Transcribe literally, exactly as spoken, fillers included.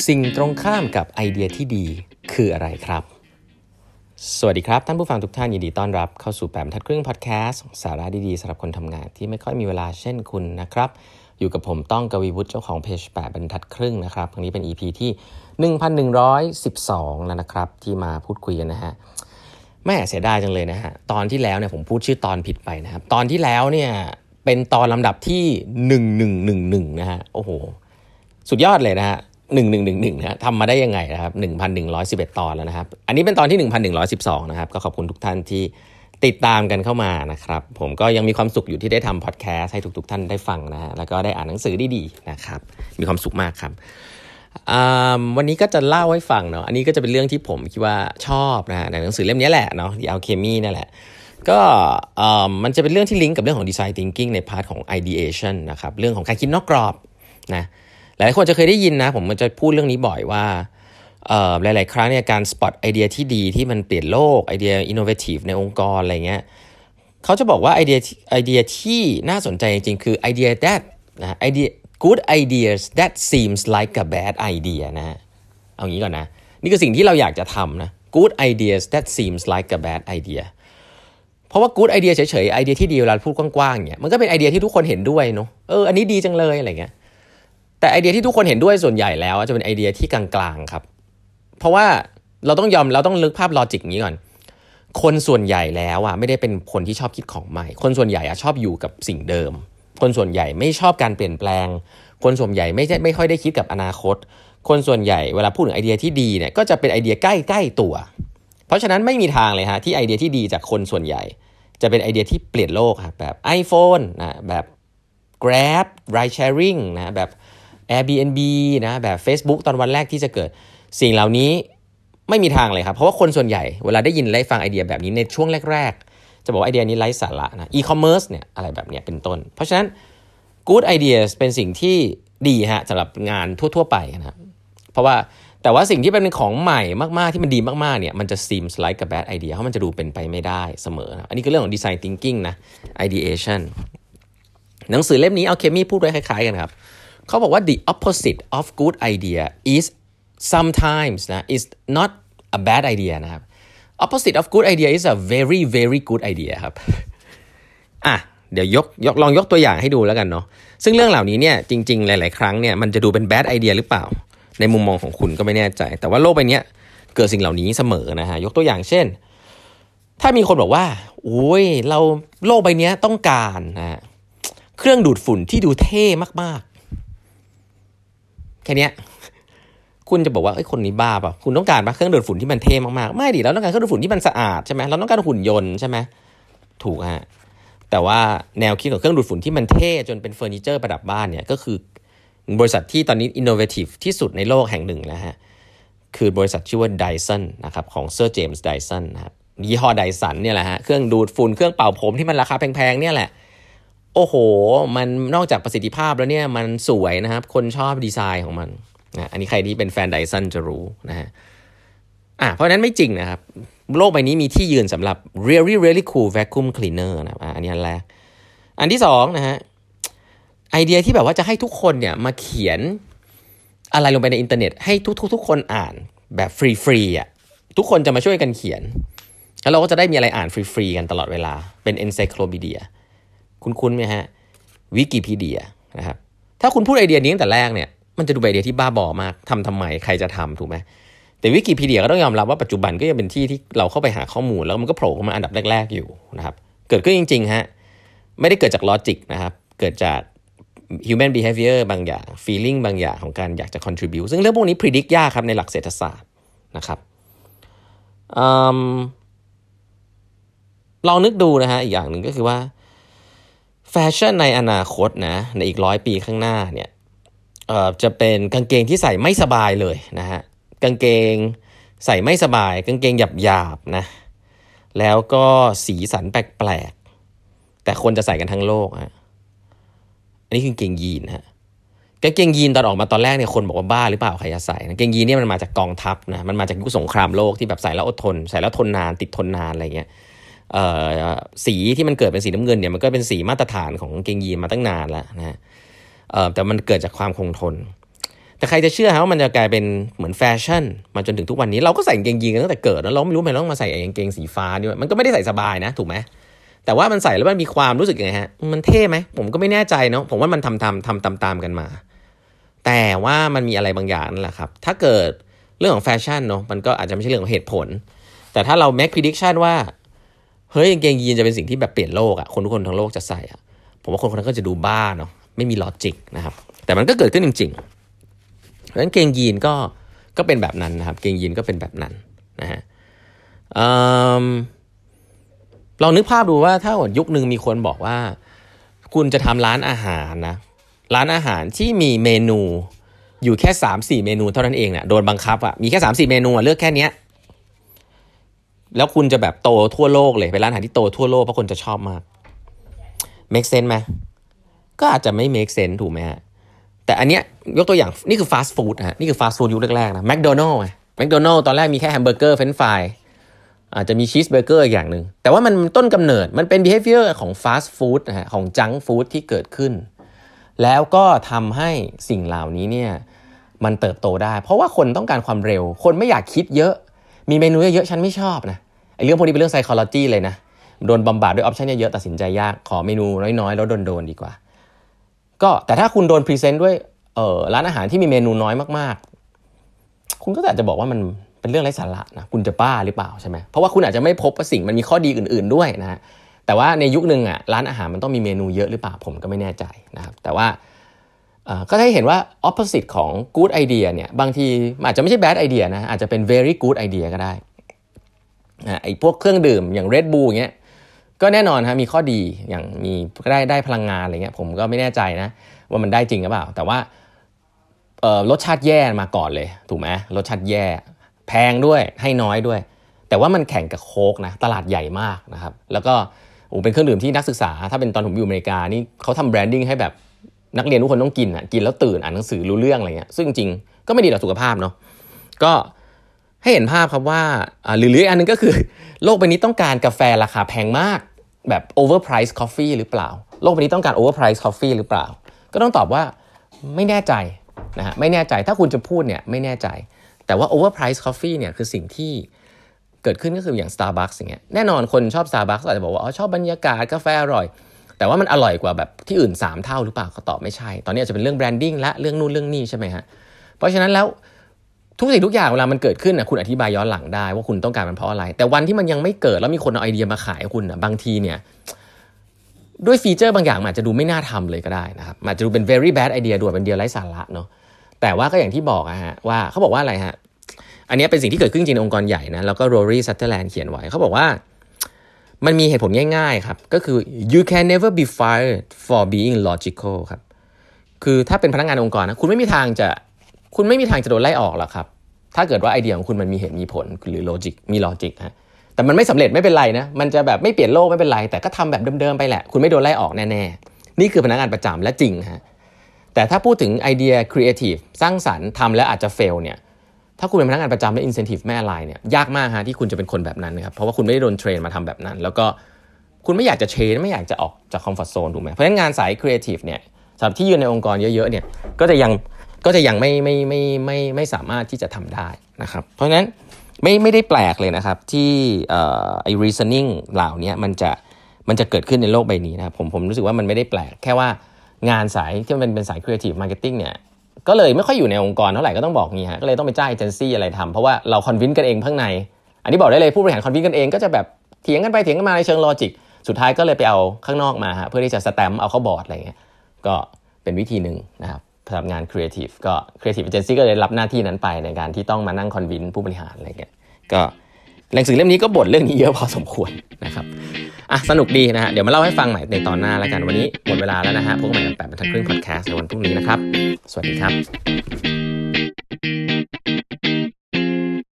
สิ่งตรงข้ามกับไอเดียที่ดีคืออะไรครับสวัสดีครับท่านผู้ฟังทุกท่านยินดีต้อนรับเข้าสู่แปดบรรทัดครึ่งพอดแคสต์สาระดีๆสำหรับคนทำงานที่ไม่ค่อยมีเวลาเช่นคุณนะครับอยู่กับผมต้องกวีวุฒิเจ้าของเพจแปดบรรทัดครึ่งนะครับครั้งนี้เป็น อี พี ที่ หนึ่งพันหนึ่งร้อยสิบสอง แล้วนะครับที่มาพูดคุยกันนะฮะแม่เสียดายจังเลยนะฮะตอนที่แล้วเนี่ยผมพูดชื่อตอนผิดไปนะครับตอนที่แล้วเนี่ยเป็นตอนลำดับที่หนึ่งพันหนึ่งร้อยสิบนะฮะโอ้โหสุดยอดเลยนะฮะหนึ่งพันหนึ่งร้อยสิบนะฮะทำมาได้ยังไงนะครับ หนึ่งพันหนึ่งร้อยสิบเอ็ด ตอนแล้วนะครับอันนี้เป็นตอนที่ หนึ่งพันหนึ่งร้อยสิบสอง นะครับก็ขอบคุณทุกท่านที่ติดตามกันเข้ามานะครับผมก็ยังมีความสุขอยู่ที่ได้ทำพอดแคสต์ให้ทุกๆท่านได้ฟังนะฮะแล้วก็ได้อ่านหนังสือดีๆนะครับมีความสุขมากครับวันนี้ก็จะเล่าให้ฟังเนาะอันนี้ก็จะเป็นเรื่องที่ผมคิดว่าชอบนะฮะในหนังสือเล่มนี้แหละเนาะ The Alchemy นั่นแหละก็มันจะเป็นเรื่องที่ลิงก์กับเรื่องของ Design Thinking ในพาร์ทของ Ideation นะครับเรื่องของการคิดนอกกรอบนะหลายคนจะเคยได้ยินนะผมมันจะพูดเรื่องนี้บ่อยว่าหลายๆครั้งเนี่ยการสปอตไอเดียที่ดีที่มันเปลี่ยนโลกไอเดีย innovative ในองค์กรอะไรเงี้ยเขาจะบอกว่าไอเดียไอเดียที่น่าสนใจจริงๆคือไอเดีย that นะไอเดีย good ideas that seems like a bad idea นะเอางี้ก่อนนะนี่คือสิ่งที่เราอยากจะทำนะ good ideas that seems like a bad idea เพราะว่า good idea เฉยๆไอเดียที่ดีเวลาพูดกว้างๆเนี่ยมันก็เป็นไอเดียที่ทุกคนเห็นด้วยเนาะเอออันนี้ดีจังเลยอะไรเงี้ยแต่ไอเดียที่ทุกคนเห็นด้วยส่วนใหญ่แล้วจะเป็นไอเดียที่กลางๆครับเพราะว่าเราต้องยอมเราต้องลึกภาพลอจิกนี้ก่อนคนส่วนใหญ่แล้วอ่ะไม่ได้เป็นคนที่ชอบคิดของใหม่คนส่วนใหญ่อ่ะชอบอยู่กับสิ่งเดิมคนส่วนใหญ่ไม่ชอบการเปลี่ยนแปลงคนส่วนใหญ่ไม่ไม่ค่อยได้คิดกับอนาคตคนส่วนใหญ่เวลาพูดถึงไอเดียที่ดีเนี่ยก็จะเป็นไอเดียใกล้ๆตัวเพราะฉะนั้นไม่มีทางเลยฮะที่ไอเดียที่ดีจากคนส่วนใหญ่จะเป็นไอเดียที่เปลี่ยนโลกครับแบบ iPhone นะแบบ Grab ride sharing นะแบบ Airbnb นะแบบ Facebook ตอนวันแรกที่จะเกิดสิ่งเหล่านี้ไม่มีทางเลยครับเพราะว่าคนส่วนใหญ่เวลาได้ยินได้ฟังไอเดียแบบนี้ในช่วงแรกๆจะบอกว่าไอเดียนี้ไร้สาระนะ e-commerce เนี่ยอะไรแบบนี้เป็นต้นเพราะฉะนั้น good ideas เป็นสิ่งที่ดีฮะสำหรับงานทั่วๆไปนะครับเพราะว่าแต่ว่าสิ่งที่เป็นของใหม่มากๆที่มันดีมากๆเนี่ยมันจะ seems like a bad idea เพราะมันจะดูเป็นไปไม่ได้เสมอนะอันนี้คือเรื่องของ design thinking นะ ideation หนังสือเล่มนี้ Alchemy พูดไว้คล้ายๆกันครับเขาบอกว่า the opposite of good idea is sometimes นะ is not a bad idea นะครับ opposite of good idea is a very very good idea ครับอ่ะเดี๋ยวยกยกลองยกตัวอย่างให้ดูแล้วกันเนาะซึ่งเรื่องเหล่านี้เนี่ยจริงๆหลายๆครั้งเนี่ยมันจะดูเป็น bad idea หรือเปล่าในมุมมองของคุณก็ไม่แน่ใจแต่ว่าโลกใบนี้เกิดสิ่งเหล่านี้เสมอนะฮะยกตัวอย่างเช่นถ้ามีคนบอกว่าโอ้ยเราโลกใบนี้ต้องการนะเครื่องดูดฝุ่นที่ดูเท่มากๆแค่นี้คุณจะบอกว่าไอ้คนนี้บ้าป่ะคุณต้องการป่ะเครื่องดูดฝุ่นที่มันเท่มากๆไม่ดิเราต้องการเครื่องดูดฝุ่นที่มันสะอาดใช่ไหมเราต้องการหุ่นยนต์ใช่ไหมถูกฮะแต่ว่าแนวคิดของเครื่องดูดฝุ่นที่มันเท่จนเป็นเฟอร์นิเจอร์ประดับบ้านเนี่ยก็คือบริษัทที่ตอนนี้ innovative ที่สุดในโลกแห่งหนึ่งนะฮะคือบริษัทชื่อว่า Dyson นะครับของเซอร์เจมส์ Dyson นะครับยี่ห้อ Dyson เนี่ยแหละฮะเครื่องดูดฝุ่นเครื่องเป่าผมที่มันราคาแพงๆเนี่ยแหละโอ้โหมันนอกจากประสิทธิภาพแล้วเนี่ยมันสวยนะครับคนชอบดีไซน์ของมันนะอันนี้ใครที่เป็นแฟน Dyson จะรู้นะฮะอ่ะเพราะนั้นไม่จริงนะครับโลกใบนี้มีที่ยืนสำหรับ really really cool vacuum cleaner นะอันนี้อันแรกอันที่สองนะฮะไอเดียที่แบบว่าจะให้ทุกคนเนี่ยมาเขียนอะไรลงไปในอินเทอร์เน็ตให้ทุกๆทุกคนอ่านแบบฟรีๆอ่ะทุกคนจะมาช่วยกันเขียนแล้วเราก็จะได้มีอะไรอ่านฟรีๆกันตลอดเวลาเป็น encyclopedia คุ้นๆไหมฮะวิกิพีเดียนะครับถ้าคุณพูดไอเดียนี้ตั้งแต่แรกเนี่ยมันจะดูเป็นไอเดียที่บ้าบอมากทำทำไมใครจะทำถูกไหมแต่วิกิพีเดียก็ต้องยอมรับว่าปัจจุบันก็ยังเป็นที่ที่เราเข้าไปหาข้อมูลแล้วมันก็โผล่ขึ้นมาอันดับแรกๆอยู่นะครับเกิดขึ้นจริงๆฮะไม่ได้เกิดจากลอจิกนะครับเกิดจากhuman behavior บางอย่าง feeling บางอย่างของการอยากจะ contribute ซึ่งเรื่องพวกนี้ predict ยากครับในหลักเศรษฐศาสตร์นะครับลองนึกดูนะฮะอีกอย่างหนึ่งก็คือว่าแฟชั่นในอนาคตนะในอีกร้อยปีข้างหน้าเนี่ยเอ่อจะเป็นกางเกงที่ใส่ไม่สบายเลยนะฮะกางเกงใส่ไม่สบายกางเกงหยาบๆนะแล้วก็สีสันแปลกๆแต่คนจะใส่กันทั้งโลกฮะอันนี้คือกางเกงยีนฮะกางเกงยีนตอนออกมาตอนแรกเนี่ยคนบอกว่าบ้าหรือเปล่าใครจะใส่กางเกงยีนเนี่ยมันมาจากกองทัพนะมันมาจากยุคสงครามโลกที่แบบใส่แล้วอดทนใส่แล้วทนนานติดทนนานอะไรเงี้ยเอ่อสีที่มันเกิดเป็นสีน้ำเงินเนี่ยมันก็เป็นสีมาตรฐานของกางเกงยีนมาตั้งนานแล้วนะฮะเอ่อแต่มันเกิดจากความคงทนแต่ใครจะเชื่อฮะว่ามันจะกลายเป็นเหมือนแฟชั่นมาจนถึงทุกวันนี้เราก็ใส่กางเกงยีนกันตั้งแต่เกิดแล้วเราไม่รู้ทำไมต้องมาใส่กางเกงสีฟ้าด้วยมันก็ไม่ได้ใส่สบายนะถูกไหมแต่ว่ามันใส่แล้วมันมีความรู้สึกยังไงฮะมันเท่ไหมผมก็ไม่แน่ใจเนาะผมว่ามันทำทำทำตามตามกันมาแต่ว่ามันมีอะไรบางอย่างนั่นแหละครับถ้าเกิดเรื่องของแฟชั่นเนาะมันก็อาจจะไม่ใช่เรื่องของเหตุผลแต่ถ้าเรา make prediction ว่าเฮ้ยกางเกงยีนจะเป็นสิ่งที่แบบเปลี่ยนโลกอ่ะคนทุกคนทั้งโลกจะใส่อ่ะผมว่าคนคนนั้นก็จะดูบ้าเนาะไม่มีลอจิกนะครับแต่มันก็เกิดขึ้นจริงๆเพราะฉะนั้นกางเกงยีนก็ก็เป็นแบบนั้นนะครับกางเกงยีนก็เป็นแบบนั้นนะฮะลองนึกภาพดูว่าถ้ายุคนึงมีคนบอกว่าคุณจะทำร้านอาหารนะร้านอาหารที่มีเมนูอยู่แค่ สามสี่ เมนูเท่านั้นเองเนี่ยโดนบังคับอ่ะมีแค่ สามสี่ เมนูเลือกแค่นี้แล้วคุณจะแบบโตทั่วโลกเลยเป็นร้านอาหารที่โตทั่วโลกเพราะคนจะชอบมาก make sense ไหมก็อาจจะไม่ make sense ถูกไหมฮะแต่อันเนี้ยยกตัวอย่างนี่คือฟาสต์ฟู้ดฮะนี่คือฟาสต์ฟู้ดยุคแรกๆนะแมคโดนัลด์ไงแมคโดนัลด์ตอนแรกมีแค่แฮมเบอร์เกอร์เฟรนช์ฟรายอาจจะมีชีสเบอร์เกอร์อย่างนึงแต่ว่ามันต้นกำเนิดมันเป็น behavior ของฟาสต์ฟู้ดนะฮะของจังก์ฟู้ดที่เกิดขึ้นแล้วก็ทำให้สิ่งเหล่านี้เนี่ยมันเติบโตได้เพราะว่าคนต้องการความเร็วคนไม่อยากคิดเยอะมีเมนูเยอะๆฉันไม่ชอบนะไอ้เรื่องพวกนี้เป็นเรื่อง psychology เลยนะโดนบำบัดด้วยออปชั่นเยอะๆตัดสินใจยากขอเมนูน้อยๆแล้วโดนๆดีกว่าก็แต่ถ้าคุณโดนพรีเซนต์ด้วยเอ่อร้านอาหารที่มีเมนูน้อยมากๆคุณก็อาจจะบอกว่ามันเป็นเรื่องไร้สาระนะคุณจะบ้าหรือเปล่าใช่ไหมเพราะว่าคุณอาจจะไม่พบว่าสิ่งมันมีข้อดีอื่นๆด้วยนะฮะแต่ว่าในยุคนึงอ่ะร้านอาหารมันต้องมีเมนูเยอะหรือเปล่าผมก็ไม่แน่ใจนะครับแต่ว่าก็ได้เห็นว่า opposite ของ good idea เนี่ยบางทีอาจจะไม่ใช่ bad idea นะอาจจะเป็น very good idea ก็ได้ไอ้พวกเครื่องดื่มอย่าง Red Bull อย่างเงี้ยก็แน่นอนฮะมีข้อดีอย่างมีได้ได้พลังงานอะไรเงี้ยผมก็ไม่แน่ใจนะว่ามันได้จริงหรือเปล่าแต่ว่าเอ่อรสชาติแย่มาก่อนเลยถูกไหมรสชาติแย่แพงด้วยให้น้อยด้วยแต่ว่ามันแข่งกับโค้กนะตลาดใหญ่มากนะครับแล้วก็โอ้เป็นเครื่องดื่มที่นักศึกษาถ้าเป็นตอนผมอยู่อเมริกานี่เขาทำแบรนดิ้งให้แบบนักเรียนทุกคนต้องกินอ่ะกินแล้วตื่นอ่านหนังสือรู้เรื่องอะไรเงี้ยซึ่งจริงก็ไม่ดีต่อสุขภาพเนาะก็ให้เห็นภาพครับว่าหรือหรืออันนึงก็คือโลกใบนี้ต้องการกาแฟราคาแพงมากแบบ overpriced coffee หรือเปล่าโลกใบนี้ต้องการ overpriced coffee หรือเปล่าก็ต้องตอบว่าไม่แน่ใจนะฮะไม่แน่ใจถ้าคุณจะพูดเนี่ยไม่แน่ใจแต่ว่า overpriced coffee เนี่ยคือสิ่งที่เกิดขึ้นก็คืออย่าง Starbucks อย่างเงี้ยแน่นอนคนชอบ Starbucks อาจจะบอกว่าอ๋อชอบบรรยากาศกาแฟอร่อยแต่ว่ามันอร่อยกว่าแบบที่อื่นสามเท่าหรือเปล่าก็ตอบไม่ใช่ตอนนี้อาจจะเป็นเรื่องแบรนดิ้งและเรื่องนู่นเรื่องนี้ใช่ไหมฮะเพราะฉะนั้นแล้วทุกสิ่งทุกอย่างเวลามันเกิดขึ้นนะคุณอธิบายย้อนหลังได้ว่าคุณต้องการมันเพราะอะไรแต่วันที่มันยังไม่เกิดแล้วมีคนเอาไอเดียมาขายคุณนะบางทีเนี่ยด้วยฟีเจอร์บางอย่างอาจจะดูไม่น่าทำเลยก็ได้นะครับอาจจะดูเป็น very bad idea ด้วยเป็นเดียไร้สาระเนาะแต่ว่าก็อย่างที่บอกอะฮะว่าเขาบอกว่าอะไรฮะอันนี้เป็นสิ่งที่เกิดขึ้นจริงในองค์กรใหญ่นะแล้วก็โรรี่ซัตเทอร์แลนด์เขียนไว้เขาบอกว่ามันมีเหตุผลง่ายๆครับก็คือ you can never be fired for being logical ครับคือถ้าเป็นพนักงานองค์กรนะคุณไม่มีทางจะคุณไม่มีทางจะโดนไล่ออกหรอกครับถ้าเกิดว่าไอเดียของคุณมันมีเหตุมีผลหรือ logic มี logic ฮะแต่มันไม่สำเร็จไม่เป็นไรนะมันจะแบบไม่เปลี่ยนโลกไม่เป็นไรแต่ก็ทำแบบเดิมๆไปแหละคุณไม่โดนไล่ออกแน่ๆนี่คือพนักงานประจำและจริงฮะแต่ถ้าพูดถึงไอเดีย creative สร้างสรรค์ทำแล้วอาจจะ fail เนี่ยถ้าคุณเป็นพนักงานประจำและ incentive ไม่อะไรเนี่ยยากมากฮะที่คุณจะเป็นคนแบบนั้นนะครับเพราะว่าคุณไม่ได้โดนเทรนมาทำแบบนั้นแล้วก็คุณไม่อยากจะเชนไม่อยากจะออกจากคอมฟอร์ตโซนถูกไหมเพราะฉะนั้นงานสาย creative เนี่ยสำหรับที่ยืนในองค์กรเยอะๆเนี่ยก็จะยังก็จะยังไม่ไม่ไม่ไม่ไม่สามารถที่จะทำได้นะครับเพราะฉะนั้นไม่ไม่ได้แปลกเลยนะครับที่เอ่อไอ้ reasoning เหล่านี้มันจะมันจะเกิดขึ้นในโลกใบนี้นะครับผมผมรู้สึกว่ามันไม่ได้แปลกแค่ว่างานสายที่มันเป็นสาย creative marketing เนี่ยก็เลยไม่ค่อยอยู่ในองค์กรเท่าไหร่ก็ต้องบอกงี้ฮะก็เลยต้องไปจ้างเอเจนซี่อะไรทำเพราะว่าเราคอนวินส์กันเองข้างในอันนี้บอกได้เลยผู้บริหารคอนวินส์กันเองก็จะแบบเถียงกันไปเถียงกันมาในเชิงลอจิกสุดท้ายก็เลยไปเอาข้างนอกมาฮะเพื่อที่จะสแตมป์เอาเข้าบอร์ดอะไรเงี้ยก็เป็นวิธีหนึ่งนะครับสำหรับงาน creative ก็ creative agency ก็เลยรับหน้าที่นั้นไปในการที่ต้องมานั่งคอนวินส์ผู้บริหารอะไรเงี้ยก็หนังสือเล่มนี้ก็บ่นเรื่องนี้เยอะพอสมควรนะครับอ่ะสนุกดีนะฮะเดี๋ยวมาเล่าให้ฟังใหม่ในตอนหน้าแล้วกันวันนี้หมดเวลาแล้วนะฮะพบกันใหม่ในแปดบรรทัดครึ่งพอดแคสต์ในวันพรุ่งนี้นะครับสวัสดีครับ